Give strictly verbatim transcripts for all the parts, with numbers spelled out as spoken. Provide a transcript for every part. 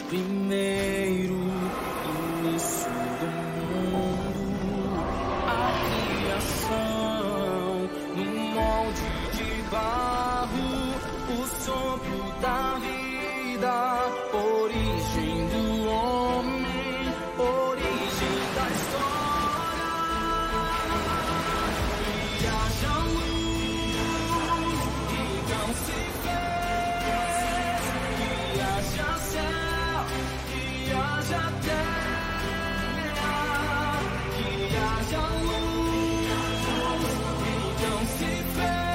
primeiro início do mundo, a criação num molde de barro, o sopro da vida, origem do homem, origem da história. E haja luz, então se fez, que haja céu, que haja terra, que haja luz, então se fez.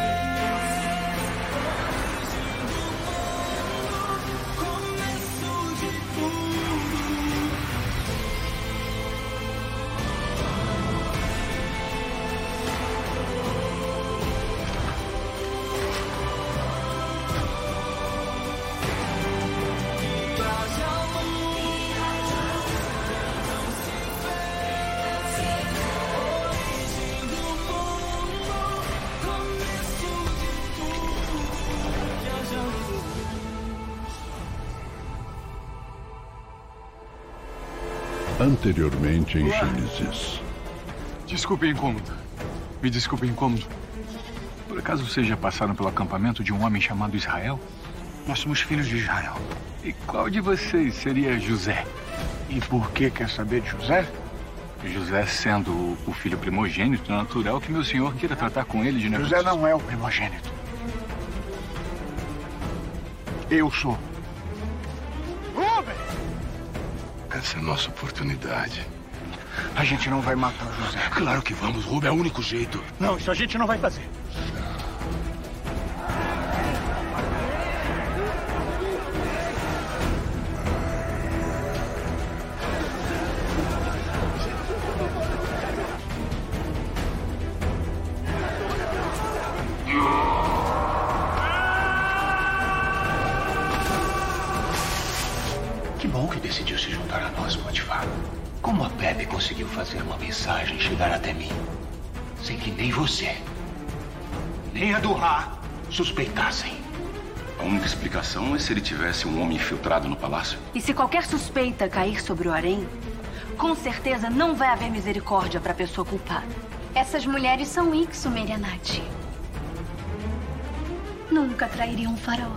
Anteriormente em Gênesis. Desculpe o incômodo. Me desculpe o incômodo. Por acaso vocês já passaram pelo acampamento de um homem chamado Israel? Nós somos filhos de Israel. E qual de vocês seria José? E por que quer saber de José? José sendo o filho primogênito, natural que meu senhor queira tratar com ele de negócio. José não é o primogênito. Eu sou. Rubem! Essa é a nossa oportunidade. A gente não vai matar o José. Claro que vamos, Rubem. É o único jeito. Não, isso a gente não vai fazer. Que bom que decidiu se juntar a nós, Potifar. Como a Pepe conseguiu fazer uma mensagem chegar até mim, sem que nem você, nem a do Ra suspeitassem? A única explicação é se ele tivesse um homem infiltrado no palácio. E se qualquer suspeita cair sobre o harém, com certeza não vai haver misericórdia para a pessoa culpada. Essas mulheres são Ixo, Merianati. Nunca trairiam um faraó.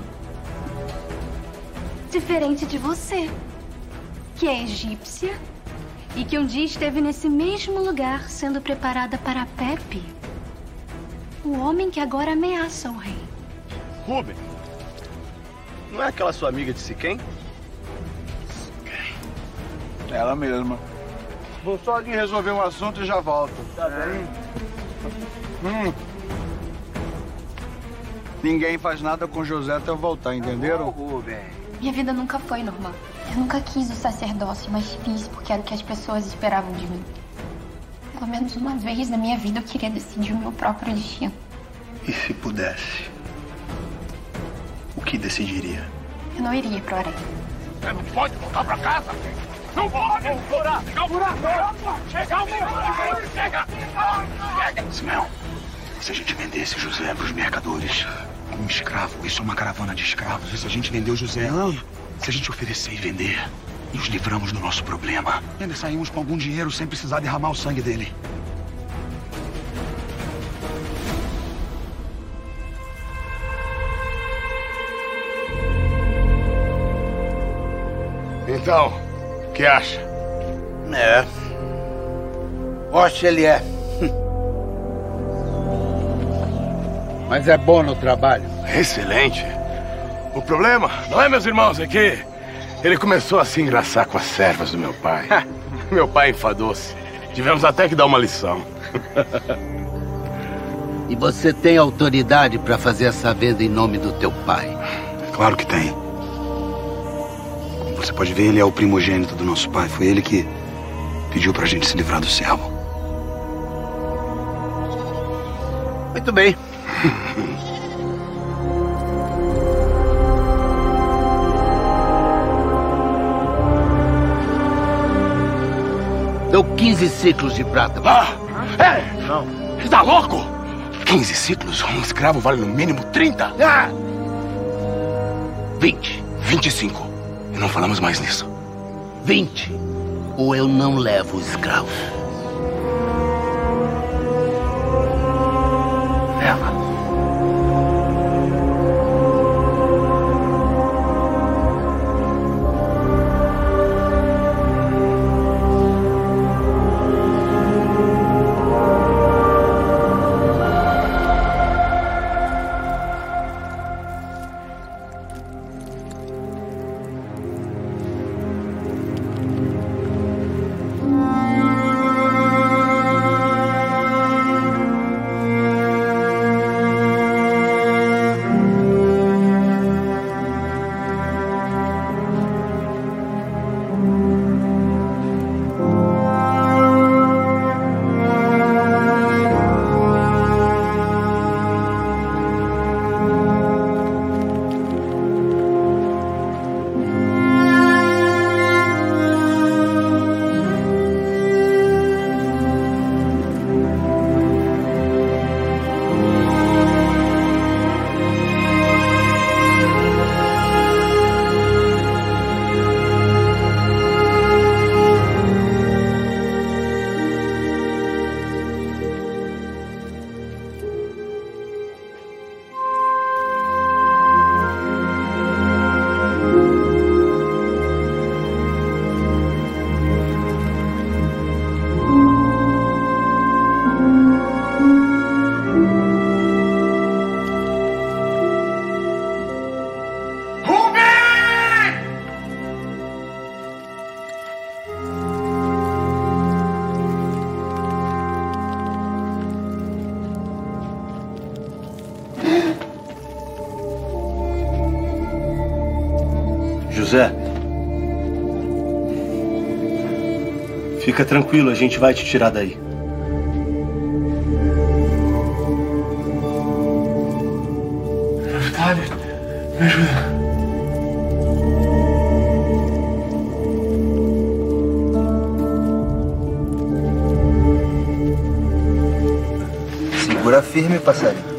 Diferente de você, que é egípcia e que um dia esteve nesse mesmo lugar sendo preparada para Pepe, o homem que agora ameaça o rei. Rubem, não é aquela sua amiga de Siquém? Siquém? Ela mesma. Vou só ali resolver um assunto e já volto. Tá bem? Hum. Ninguém faz nada com José até eu voltar, entenderam? Rubem. Minha vida nunca foi normal. Eu nunca quis o sacerdócio, mas fiz porque era o que as pessoas esperavam de mim. Pelo menos uma vez na minha vida eu queria decidir o meu próprio destino. E se pudesse, o que decidiria? Eu não iria pro harém. Você não pode voltar pra casa! Não pode! Furar! Furar! Chega! Chega! Chega! Simeão, se a gente vendesse José pros mercadores... Um escravo, isso é uma caravana de escravos. E se a gente vender o José? Não. Se a gente oferecer e vender, nos livramos do nosso problema. E ainda saímos com algum dinheiro sem precisar derramar o sangue dele. Então, o que acha? É. Forte ele é. Mas é bom no trabalho. Excelente. O problema, não é, meus irmãos, é que ele começou a se engraçar com as servas do meu pai. Meu pai enfadou-se. Tivemos até que dar uma lição. E você tem autoridade para fazer essa venda em nome do teu pai? Claro que tem. Você pode ver, ele é o primogênito do nosso pai. Foi ele que pediu pra gente se livrar do servo. Muito bem. Dou quinze ciclos de prata. Ah! É! Não. Está louco? quinze ciclos? Um escravo vale no mínimo trinta? Ah! vinte. vinte e cinco. E não falamos mais nisso. Vinte. Ou eu não levo o escravo. Leva. José, fica tranquilo, a gente vai te tirar daí. Otávio, me ajuda. Segura firme, passarinho.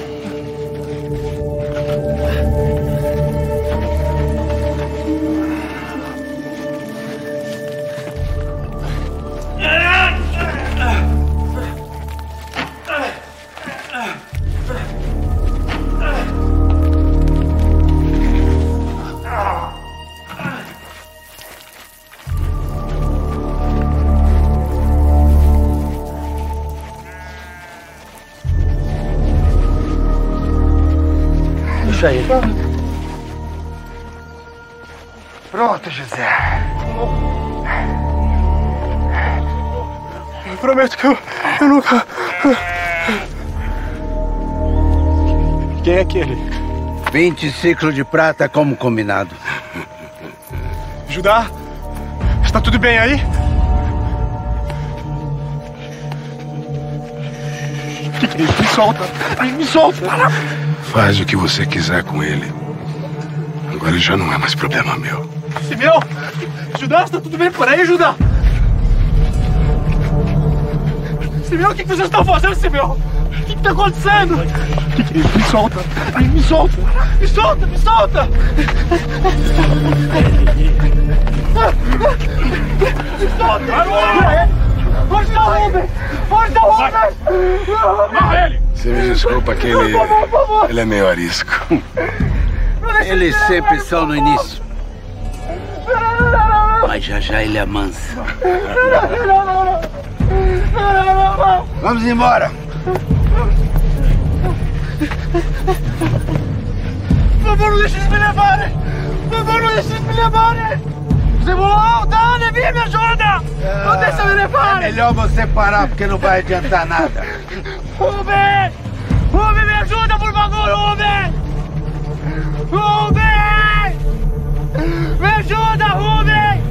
Aí. Pronto, José. Eu prometo que eu, eu nunca... Quem é aquele? Vinte ciclos de prata como combinado. Judá, está tudo bem aí? Que que é isso? Me solta! Me solta! Faz o que você quiser com ele. Agora já não é mais problema meu. Simeão! Judá, está tudo bem por aí, Judá? Simeão, o que vocês estão fazendo, Simeão? O que está acontecendo? O que, que é isso? Me solta! Me solta! Me solta! Me solta! Me solta! Onde está o Rubem? Onde está o Rubem? Amarra ele! Você me desculpa que ele... ele é meio arisco. Eles sempre são no início. Mas já já ele amansa. Vamos embora. Por favor, não deixe eles me levarem! Por favor, não deixe eles me levarem! Zebulão, Dani, vem, me ajuda! Não, não deixa me levar! É melhor você parar, porque não vai adiantar nada. Rubem! Rubem, me ajuda, por favor, Rubem! Rubem! Me ajuda, Rubem!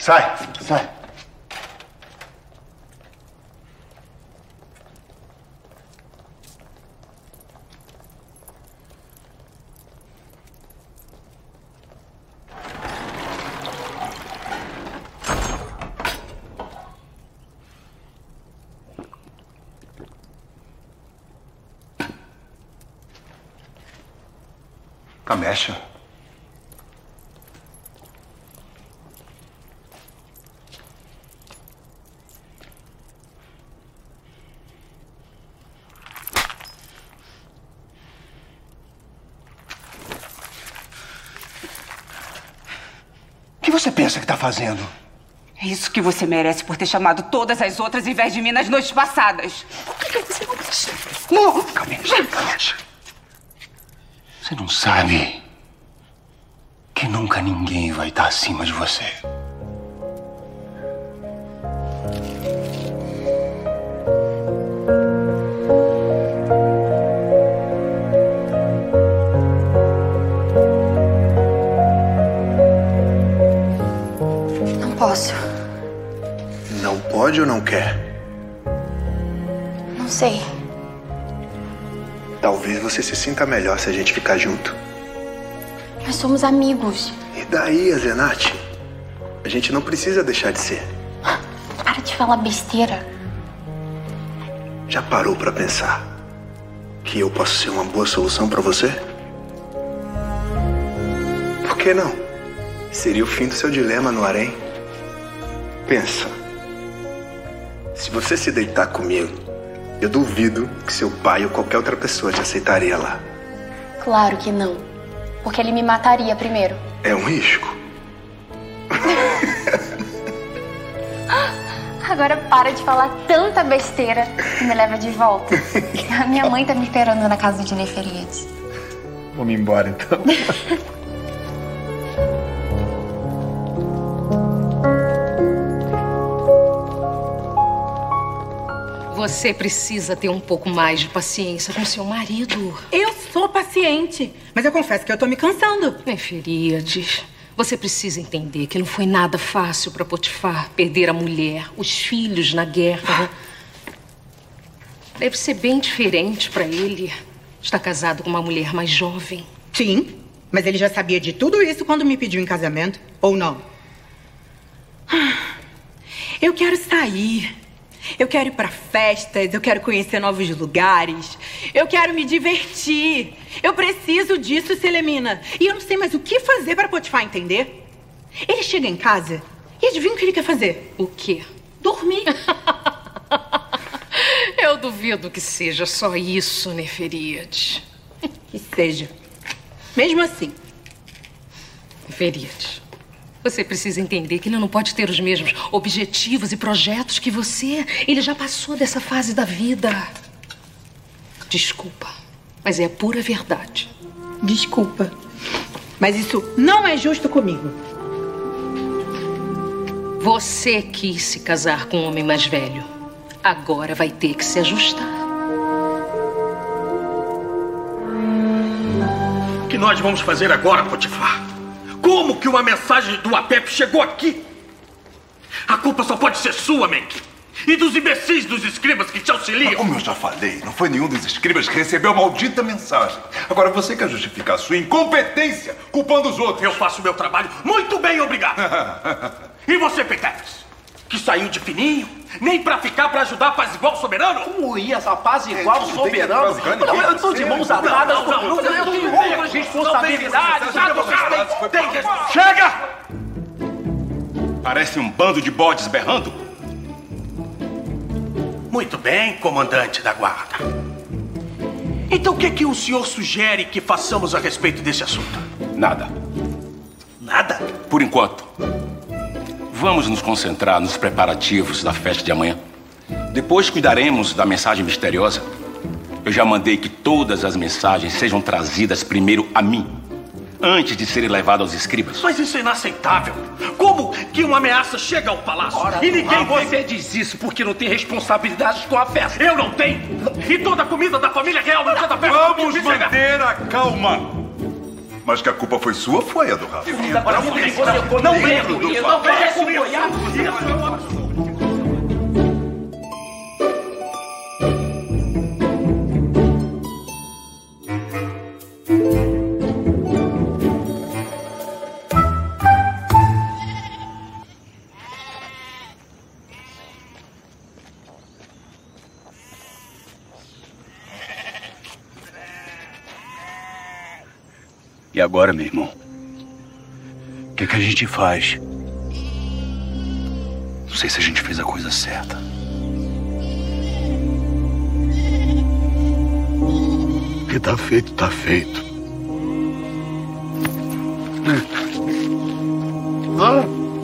Sai, sai. Camecha. O que você pensa que está fazendo? É isso que você merece por ter chamado todas as outras em vez de mim nas noites passadas. Por que você não deixa? Não! Camecha, Camecha. Você não sabe que nunca ninguém vai estar acima de você. Não posso. Não pode ou não quer? Não sei. Talvez você se sinta melhor se a gente ficar junto. Nós somos amigos. E daí, Zenati? A gente não precisa deixar de ser. Para de falar besteira. Já parou pra pensar que eu posso ser uma boa solução pra você? Por que não? Seria o fim do seu dilema no harém. Pensa. Se você se deitar comigo, eu duvido que seu pai ou qualquer outra pessoa te aceitaria lá. Claro que não. Porque ele me mataria primeiro. É um risco. Agora para de falar tanta besteira e me leva de volta. A minha mãe tá me esperando na casa de Neferietes. Vamos embora então. Você precisa ter um pouco mais de paciência com seu marido. Eu sou paciente, mas eu confesso que eu tô me cansando. Neferietes, você precisa entender que não foi nada fácil para Potifar perder a mulher, os filhos na guerra. Deve ser bem diferente para ele estar casado com uma mulher mais jovem. Sim, mas ele já sabia de tudo isso quando me pediu em casamento, ou não? Eu quero sair. Eu quero ir pra festas, eu quero conhecer novos lugares, eu quero me divertir. Eu preciso disso, Selemina. E eu não sei mais o que fazer para Potifar entender. Ele chega em casa e adivinha o que ele quer fazer? O quê? Dormir. Eu duvido que seja só isso, Neferietes. Que seja. Mesmo assim. Neferietes, você precisa entender que ele não pode ter os mesmos objetivos e projetos que você. Ele já passou dessa fase da vida. Desculpa, mas é a pura verdade. Desculpa, mas isso não é justo comigo. Você quis se casar com um homem mais velho. Agora vai ter que se ajustar. O que nós vamos fazer agora, Potifar? Como que uma mensagem do Apep chegou aqui? A culpa só pode ser sua, Menk. E dos imbecis dos escribas que te auxiliam. Como eu já falei, não foi nenhum dos escribas que recebeu a maldita mensagem. Agora você quer justificar a sua incompetência culpando os outros. Eu faço o meu trabalho muito bem, obrigado. E você, Petex? Que saiu de fininho? Nem pra ficar pra ajudar a apaziguar o soberano? Como ia essa apaziguar É, o não soberano? tem que Não, eu tô de mãos atadas com não, não, Bruno, eu tenho outras responsabilidades. Chega! Parece um bando de bodes berrando. Muito bem, comandante da guarda. Então o que, que o senhor sugere que façamos a respeito desse assunto? Nada. Nada? Por enquanto. Vamos nos concentrar nos preparativos da festa de amanhã. Depois cuidaremos da mensagem misteriosa. Eu já mandei que todas as mensagens sejam trazidas primeiro a mim, antes de serem levadas aos escribas. Mas isso é inaceitável. Como que uma ameaça chega ao palácio Ora, e ninguém... mas você diz isso porque não tem responsabilidade com a festa. Eu não tenho. E toda a comida da família real não está da festa. Vamos manter a calma. Mas que a culpa foi sua, foi a do Rafa. Não lembro, não lembro. Não lembro. E agora, meu irmão? O que, que a gente faz? Não sei se a gente fez a coisa certa. O que tá feito, tá feito. Ah!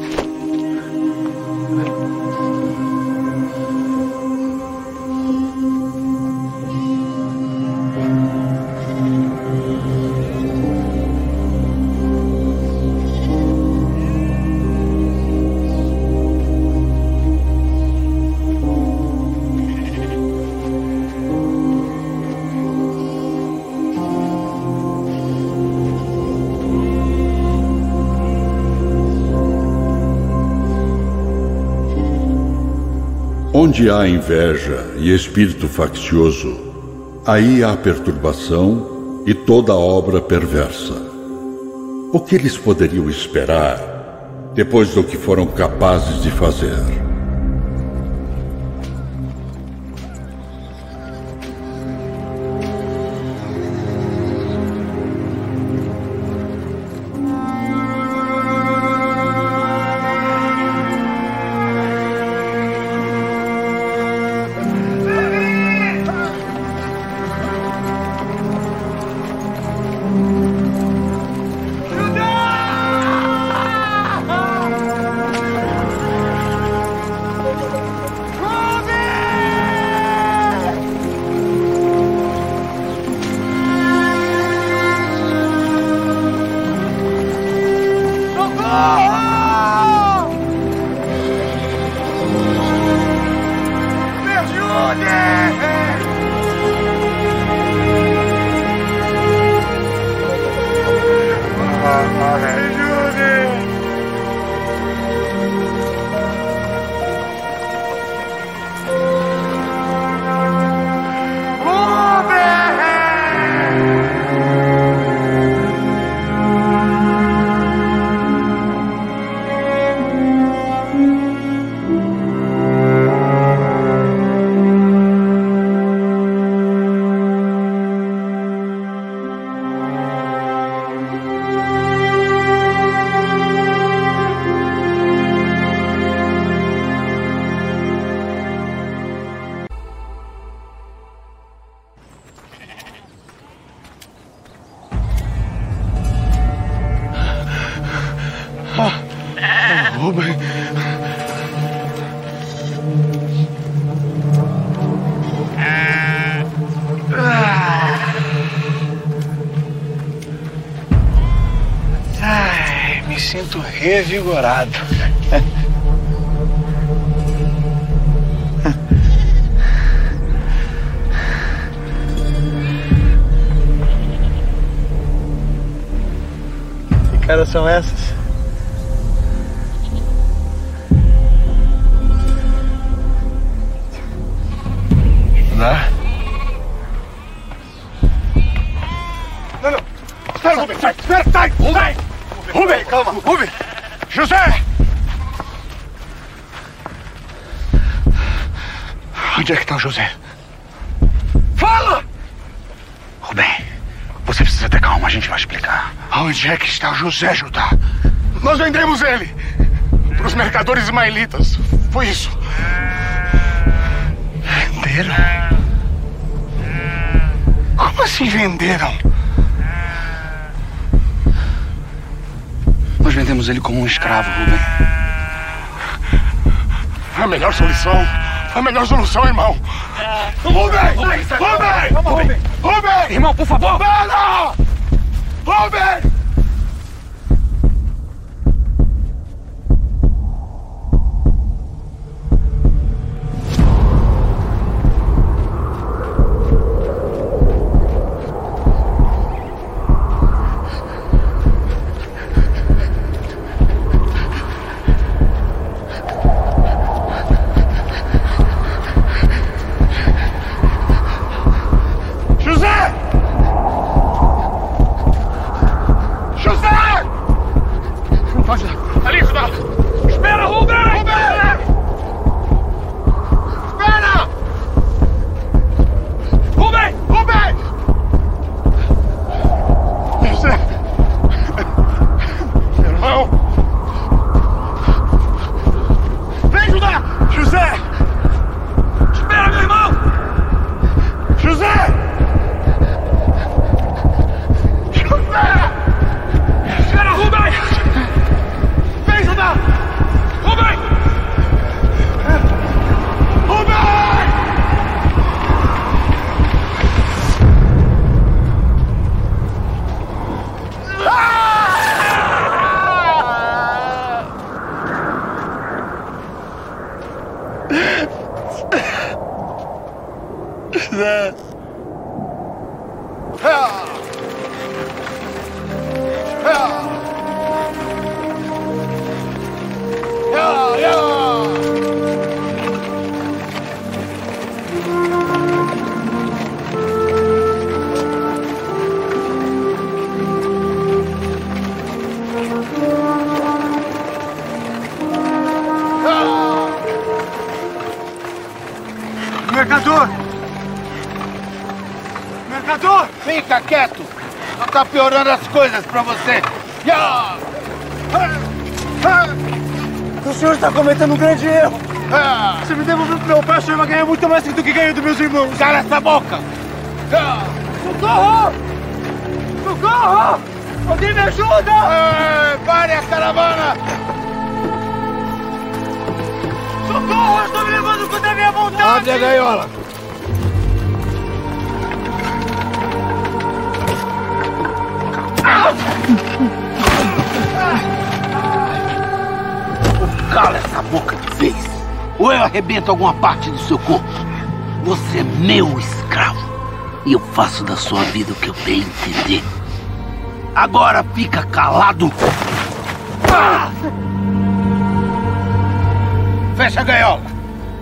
Onde há inveja e espírito faccioso, aí há perturbação e toda obra perversa. O que eles poderiam esperar depois do que foram capazes de fazer? Rubem. Ai, me sinto revigorado. Que caras são essas? Dá? Não, não. Espera, Rubem. Sai, espera, sai. Sai. Rubem, calma. Rubem. José. Onde é que está o José? Fala! Rubem, você precisa ter calma, a gente vai explicar. Onde é que está o José, Judá? Nós vendemos ele para os mercadores ismaelitas. Foi isso. Venderam? Como assim venderam? Nós vendemos ele como um escravo, Rubem. A melhor solução. A melhor solução, irmão. Rubem! Rubem! Rubem! Rubem! Rubem! Irmão, por favor! Para! Rubem! José. Mercador! Mercador! Fica quieto! Não tá piorando as coisas pra você! Ya! O senhor está cometendo um grande erro! Se me devolver pro meu pai, o senhor vai ganhar muito mais do que ganha dos meus irmãos! Cala essa boca! Socorro! Socorro! Alguém me ajuda! Ei, pare a caravana! Socorro! Eu estou me levando contra a minha vontade! Abre a gaiola! Cala essa boca de vez! Ou eu arrebento alguma parte do seu corpo. Você é meu escravo. E eu faço da sua vida o que eu bem entender. Agora fica calado! Ah! Fecha a gaiola!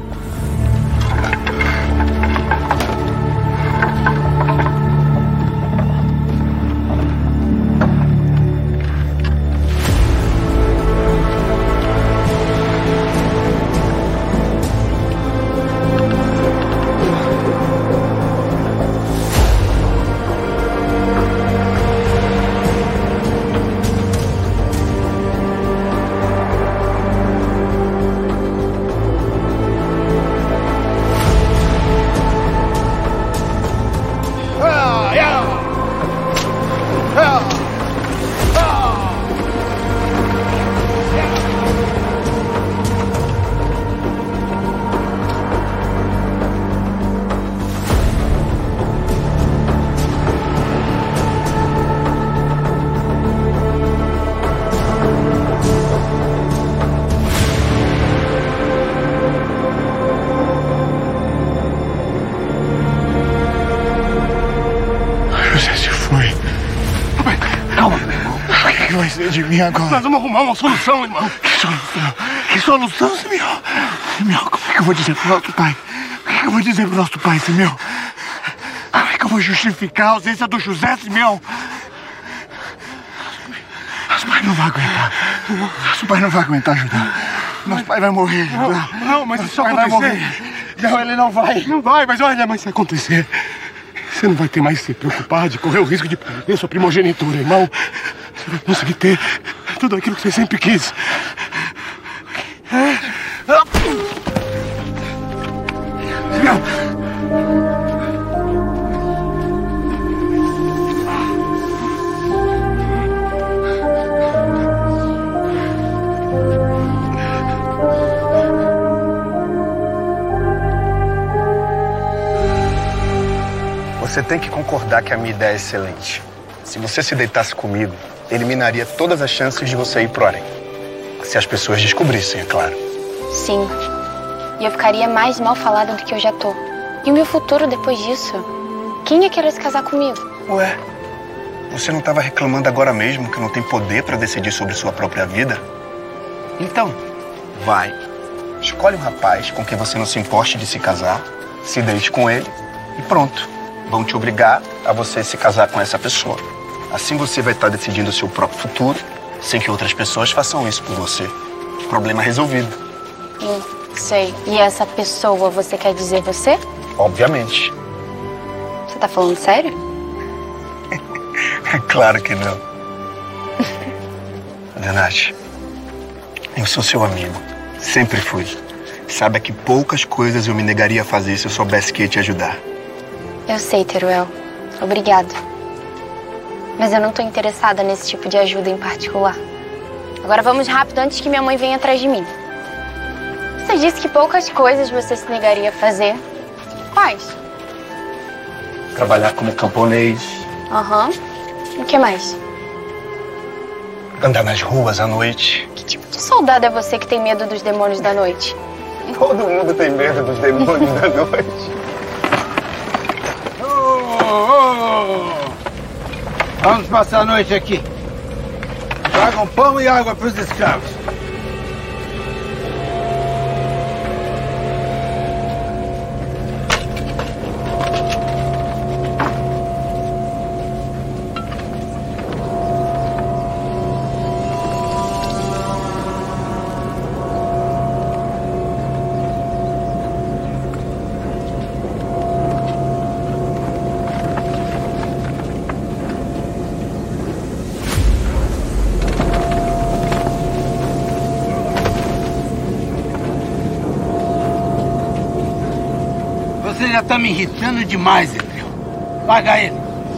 De mim agora. Nós vamos arrumar uma solução, irmão. Que solução? Que solução, Simeão? Simeão, como é que eu vou dizer pro nosso pai? O que, é que eu vou dizer pro nosso pai, Simeão? Como é que eu vou justificar a ausência do José, Simeão? Nosso pai não vai aguentar. Nosso pai não vai aguentar ajudar. Nosso pai vai morrer. Não, não, mas isso vai acontecer. Não, ele não vai. Não vai, mas olha, mas se acontecer, você não vai ter mais que se preocupar de correr o risco de perder sua primogenitura, irmão. Você vai conseguir ter tudo aquilo que você sempre quis. Não. Você tem que concordar que a minha ideia é excelente. Se você se deitasse comigo, eliminaria todas as chances de você ir pro harém. Se as pessoas descobrissem, é claro. Sim. E eu ficaria mais mal falada do que eu já tô. E o meu futuro depois disso? Quem ia querer se casar comigo? Ué, você não estava reclamando agora mesmo que não tem poder para decidir sobre sua própria vida? Então, vai. Escolhe um rapaz com quem você não se importe de se casar, se deite com ele e pronto. Vão te obrigar a você se casar com essa pessoa. Assim você vai estar decidindo o seu próprio futuro, sem que outras pessoas façam isso por você. Problema resolvido. Hum, sei. E essa pessoa, você quer dizer você? Obviamente. Você tá falando sério? É claro que não. Nath, eu sou seu amigo. Sempre fui. Saiba que poucas coisas eu me negaria a fazer se eu soubesse que ia te ajudar. Eu sei, Teruel. Obrigado. Mas eu não tô interessada nesse tipo de ajuda em particular. Agora vamos rápido antes que minha mãe venha atrás de mim. Você disse que poucas coisas você se negaria a fazer. Quais? Trabalhar como camponês. Aham. Uhum. O que mais? Andar nas ruas à noite. Que tipo de soldado é você que tem medo dos demônios da noite? Todo mundo tem medo dos demônios da noite. Oh, oh. Vamos passar a noite aqui. Tragam pão e água para os escravos. Você já tá me irritando demais, Etreu. Paga ele.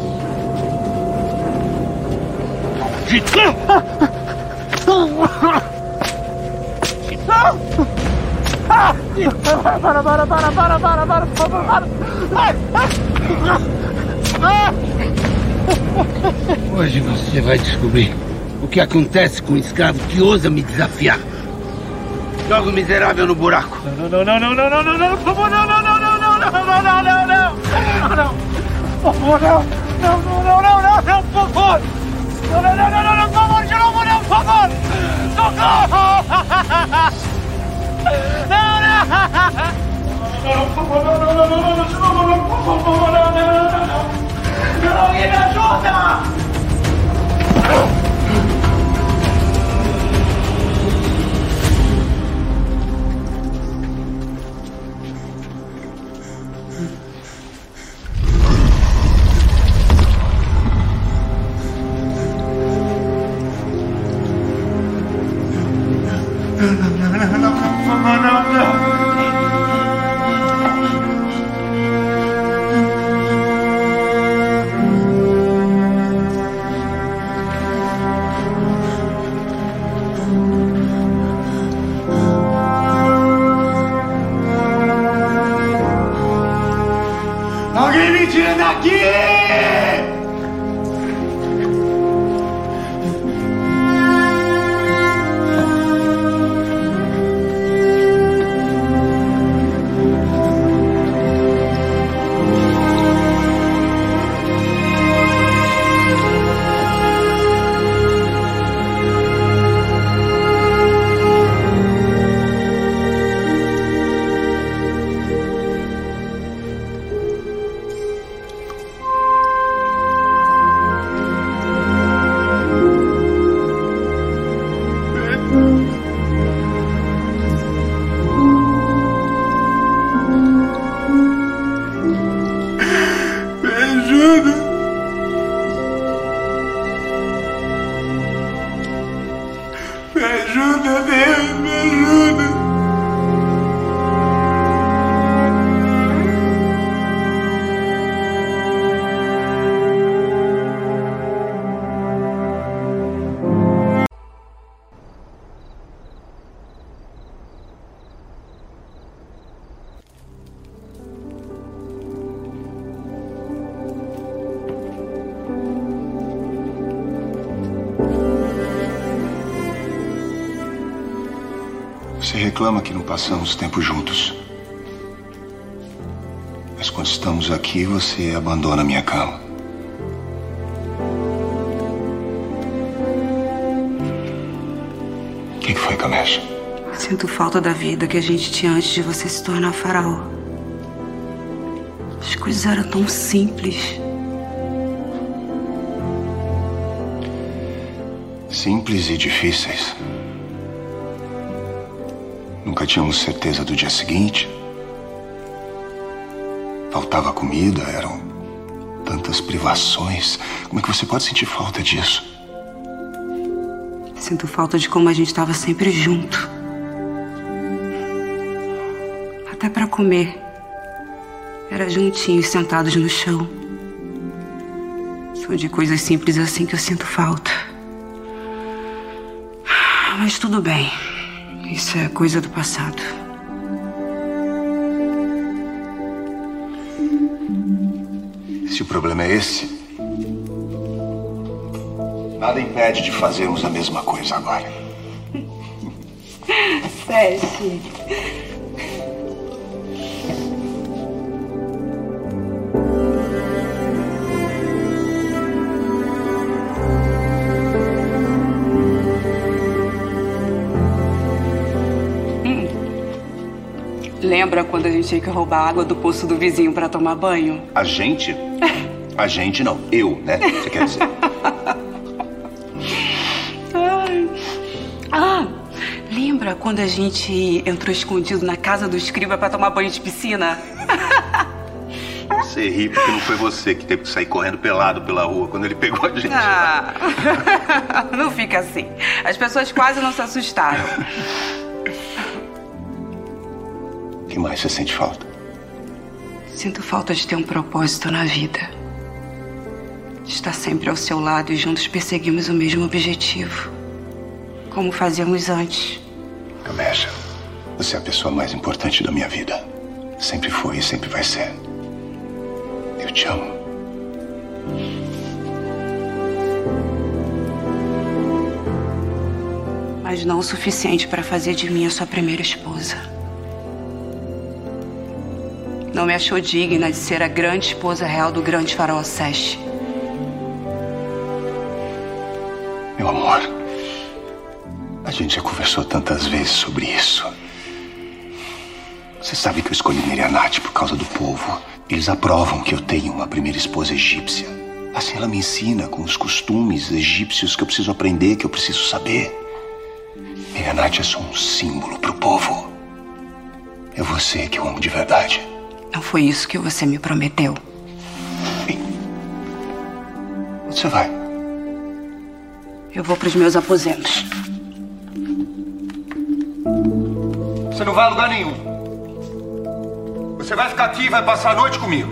Para, para, para, para, para, para, para, por favor, para. Hoje você vai descobrir o que acontece com um escravo que ousa me desafiar. Joga o miserável no buraco. Não, não, não, não, não, não, não, não, por favor, não, não, não, não, não, não, não, não, não, não, não, por favor, não, não, não, não, não, não, não, por favor, não, não, não, não, não, não, por favor, de novo, não, por favor, socorro, não, não, não, por favor, não, não, não, não, não, de novo, não, por favor, não, não, não, não, não, alguém me ajuda! Alguém me tira daqui! Você reclama que não passamos tempo juntos. Mas quando estamos aqui, você abandona minha cama. O que foi, Kamesh? Sinto falta da vida que a gente tinha antes de você se tornar faraó. As coisas eram tão simples. Simples e difíceis. Nunca tínhamos certeza do dia seguinte. Faltava comida, eram tantas privações. Como é que você pode sentir falta disso? Sinto falta de como a gente estava sempre junto. Até pra comer. Era juntinhos, sentados no chão. São de coisas simples assim que eu sinto falta. Mas tudo bem. Isso é coisa do passado. Se o problema é esse, nada impede de fazermos a mesma coisa agora. Sete. Lembra quando a gente tinha que roubar a água do poço do vizinho pra tomar banho? A gente? A gente não, eu, né? Você quer dizer? Ai. Ah, lembra quando a gente entrou escondido na casa do escriba pra tomar banho de piscina? Você ri porque não foi você que teve que sair correndo pelado pela rua quando ele pegou a gente. Ah, não fica assim. As pessoas quase não se assustaram. O que mais você sente falta? Sinto falta de ter um propósito na vida. De estar sempre ao seu lado e juntos perseguimos o mesmo objetivo. Como fazíamos antes. Camecha, você é a pessoa mais importante da minha vida. Sempre foi e sempre vai ser. Eu te amo. Mas não o suficiente para fazer de mim a sua primeira esposa. Não me achou digna de ser a grande esposa real do grande faraó Sesh. Meu amor, a gente já conversou tantas vezes sobre isso. Você sabe que eu escolhi Merianate por causa do povo. Eles aprovam que eu tenho uma primeira esposa egípcia. Assim ela me ensina com os costumes egípcios que eu preciso aprender, que eu preciso saber. Merianate é só um símbolo pro povo. É você que eu amo de verdade. Não foi isso que você me prometeu. Ei. Onde você vai? Eu vou pros meus aposentos. Você não vai a lugar nenhum. Você vai ficar aqui e vai passar a noite comigo.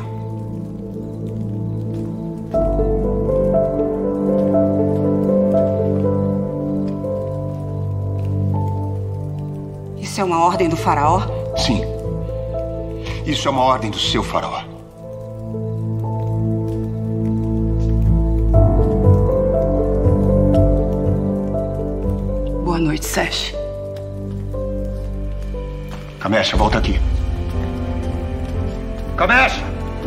Isso é uma ordem do faraó? Sim. Isso é uma ordem do seu faraó. Boa noite, Sesh. Camecha, volta aqui. Camecha!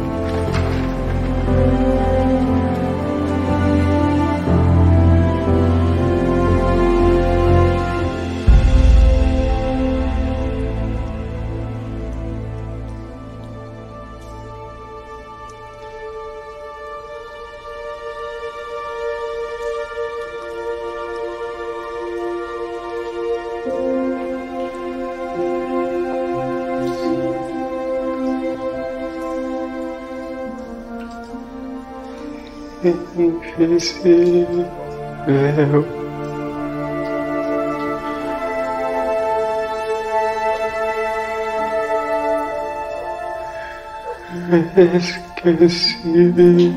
Invisível. Esquecível.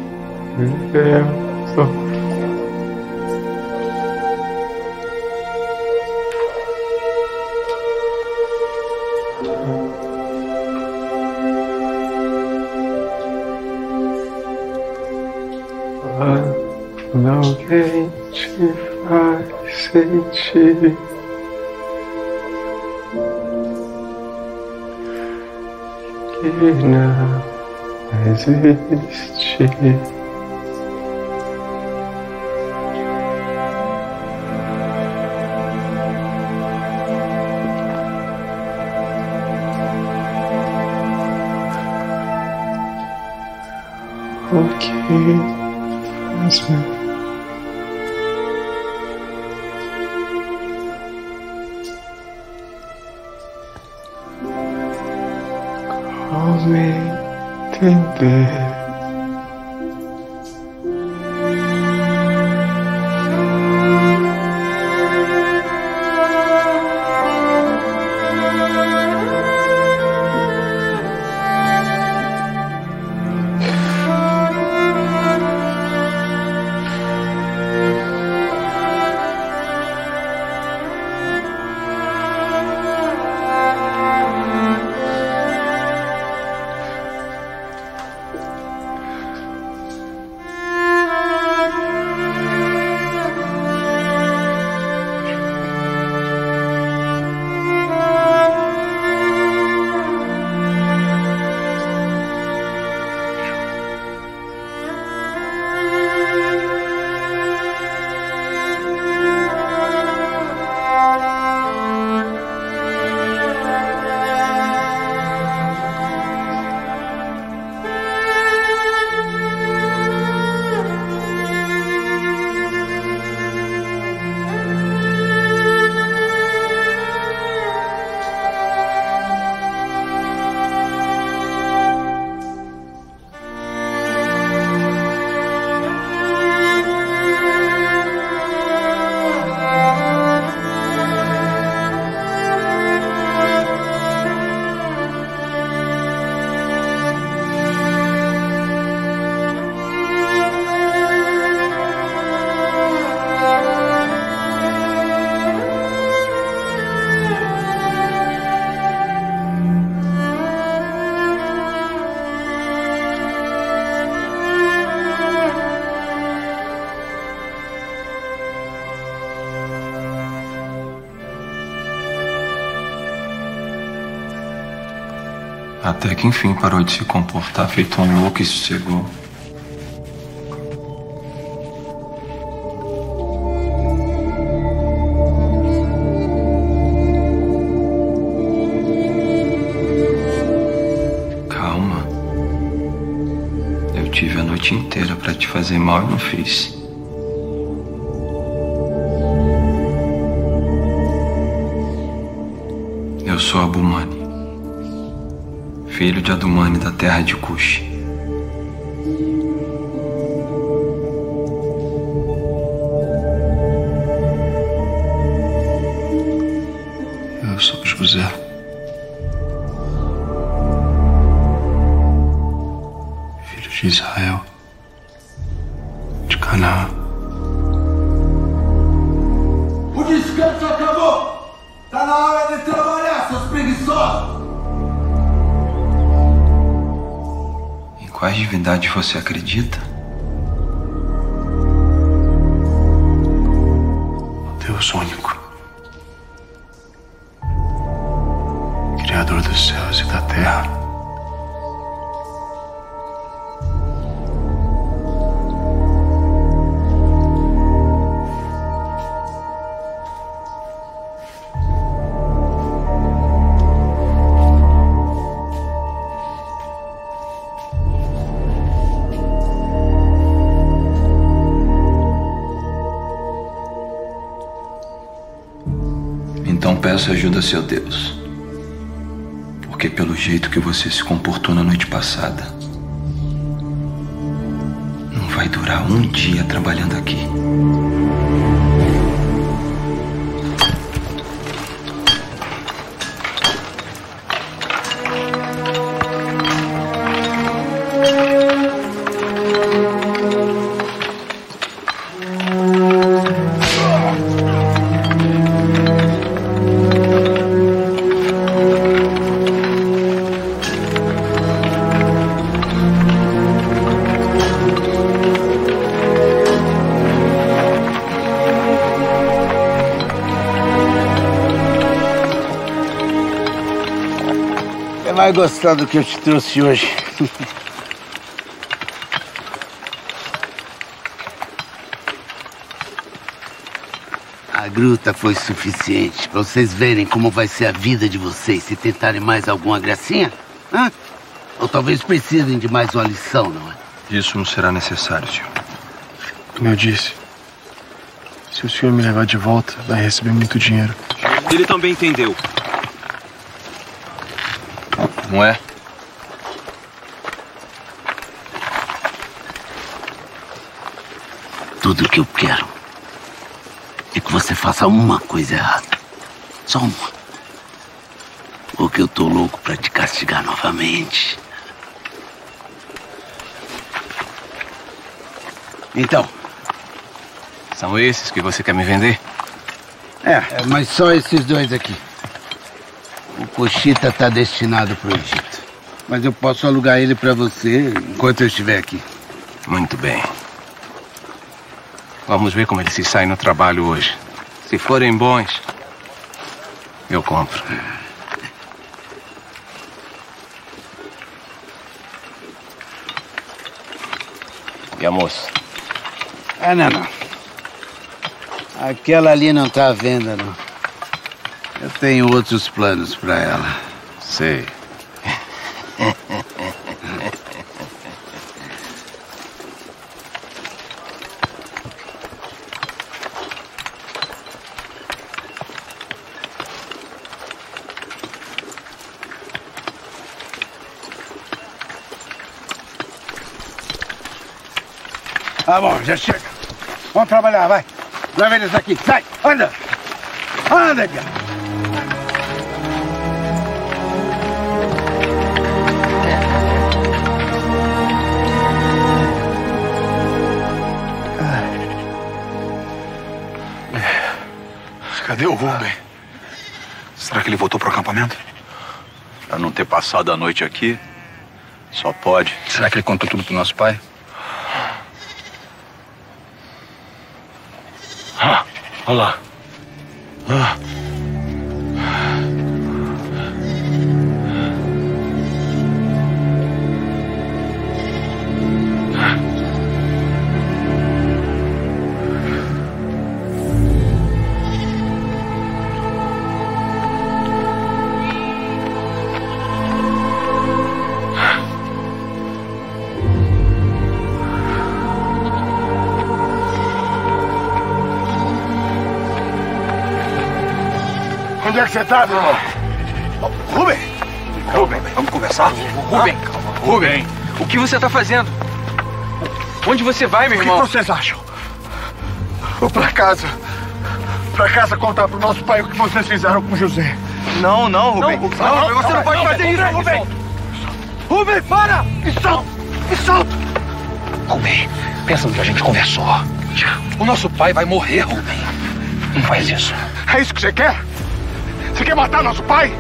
Quando alguém te faz sentir que não existe. O que faz-me me entender. Até que enfim parou de se comportar feito um louco e sossegou. Calma. Eu tive a noite inteira pra te fazer mal e não fiz. Eu sou Abumani, filho de Adumani da terra de Kush. Eu sou José. Filho de Israel, de Canaã. O descanso acabou! Tá na hora de trabalhar, seus preguiçosos! Em quais divindades você acredita? Deus único. Criador dos céus e da terra. Então peço ajuda a seu Deus. Porque pelo jeito que você se comportou na noite passada, não vai durar um dia trabalhando aqui. Você vai gostar do que eu te trouxe hoje. A gruta foi suficiente para vocês verem como vai ser a vida de vocês se tentarem mais alguma gracinha? Hã? Ou talvez precisem de mais uma lição, não é? Isso não será necessário, senhor. Como eu disse, se o senhor me levar de volta, vai receber muito dinheiro. Ele também entendeu. Não é? Tudo que eu quero é que você faça uma coisa errada. Só uma. Porque eu tô louco pra te castigar novamente. Então. São esses que você quer me vender? É, é mas só esses dois aqui. O Kushita tá destinado pro Egito. Mas eu posso alugar ele pra você enquanto eu estiver aqui. Muito bem. Vamos ver como ele se sai no trabalho hoje. Se forem bons, eu compro. E a moça? Ah, não, não. Aquela ali não tá à venda, não. Eu tenho outros planos pra ela. Sei. Tá bom, já chega. Vamos trabalhar, vai. Leva eles aqui. Sai, anda. Anda, cara. Cadê o Rubem? Será que ele voltou pro acampamento? Pra não ter passado a noite aqui, só pode. Será que ele contou tudo pro nosso pai? Ah, olha lá. Ah. Onde é que você tá, meu irmão? Rubem! Rubem, vamos conversar? Rubem, Rubem, o que você tá fazendo? Onde você vai, meu irmão? O que vocês acham? Vou pra casa. Pra casa contar pro nosso pai o que vocês fizeram com o José. Não, não, Rubem. Não, não, não, você não pode fazer isso, Rubem. Rubem, para! Me solta! Me solta! Rubem, pensa no que a gente conversou. O nosso pai vai morrer, Rubem. Não faz isso. É isso que você quer? Você quer matar nosso pai?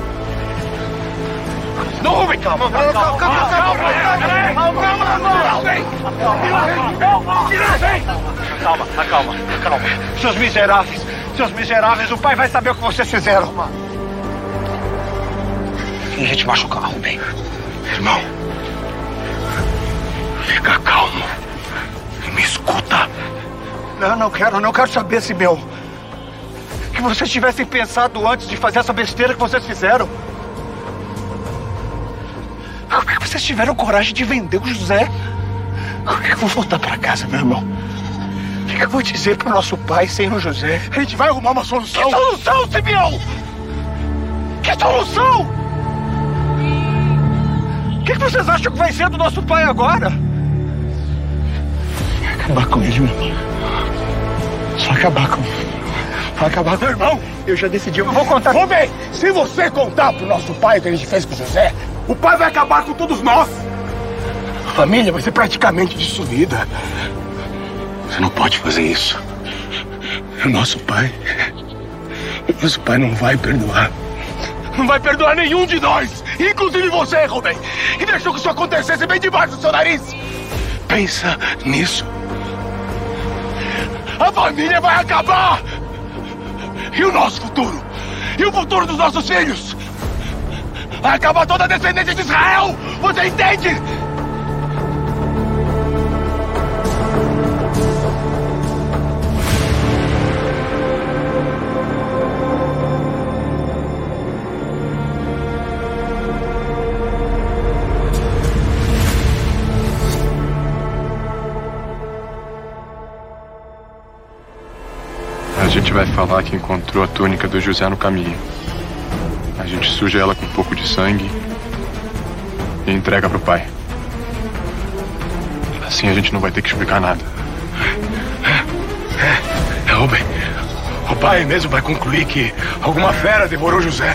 Não, Rubem! Calma, calma, calma, calma, calma, calma, calma, calma. Seus miseráveis, seus miseráveis, o pai vai saber o que vocês fizeram. E a gente machucar, Rubem. Irmão, fica calmo e me escuta. Não, não quero, não quero saber se meu... que vocês tivessem pensado antes de fazer essa besteira que vocês fizeram. Como é que vocês tiveram coragem de vender o José? Como é que eu vou voltar pra casa, meu irmão? O que, que eu vou dizer pro nosso pai sem o José? A gente vai arrumar uma solução. Que solução, Simeão? Que solução? O que, que vocês acham que vai ser do nosso pai agora? Vai acabar com ele, meu irmão. Só acabar com ele. Vai acabar com o irmão. Eu já decidi, eu vou contar. Rubem, se você contar pro nosso pai o que a gente fez com o José, o pai vai acabar com todos nós. A família vai ser praticamente destruída. Você não pode fazer isso. O nosso pai... O nosso pai não vai perdoar. Não vai perdoar nenhum de nós. Inclusive você, Rubem. E deixou que isso acontecesse bem debaixo do seu nariz. Pensa nisso. A família vai acabar. E o nosso futuro? E o futuro dos nossos filhos? Vai acabar toda a descendência de Israel! Você entende? A gente vai falar que encontrou a túnica do José no caminho. A gente suja ela com um pouco de sangue e entrega pro pai. Assim a gente não vai ter que explicar nada. É, Rubem, o pai mesmo vai concluir que alguma fera devorou José.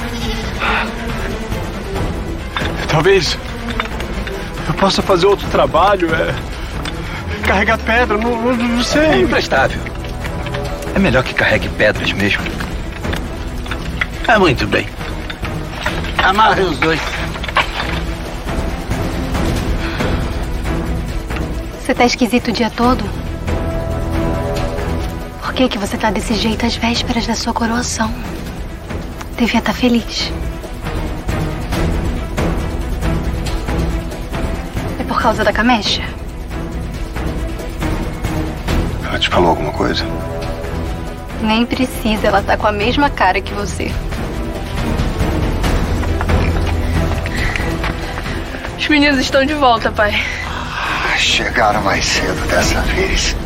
Talvez eu possa fazer outro trabalho, é... carregar pedra, não, não, não sei. É imprestável. É melhor que carregue pedras mesmo. É muito bem. Amarre os dois. Você tá esquisito o dia todo? Por que que você tá desse jeito às vésperas da sua coroação? Devia estar feliz. É por causa da Camécia? Ela te falou alguma coisa? Nem precisa, ela tá com a mesma cara que você. Os meninos estão de volta, pai. Chegaram mais cedo dessa vez.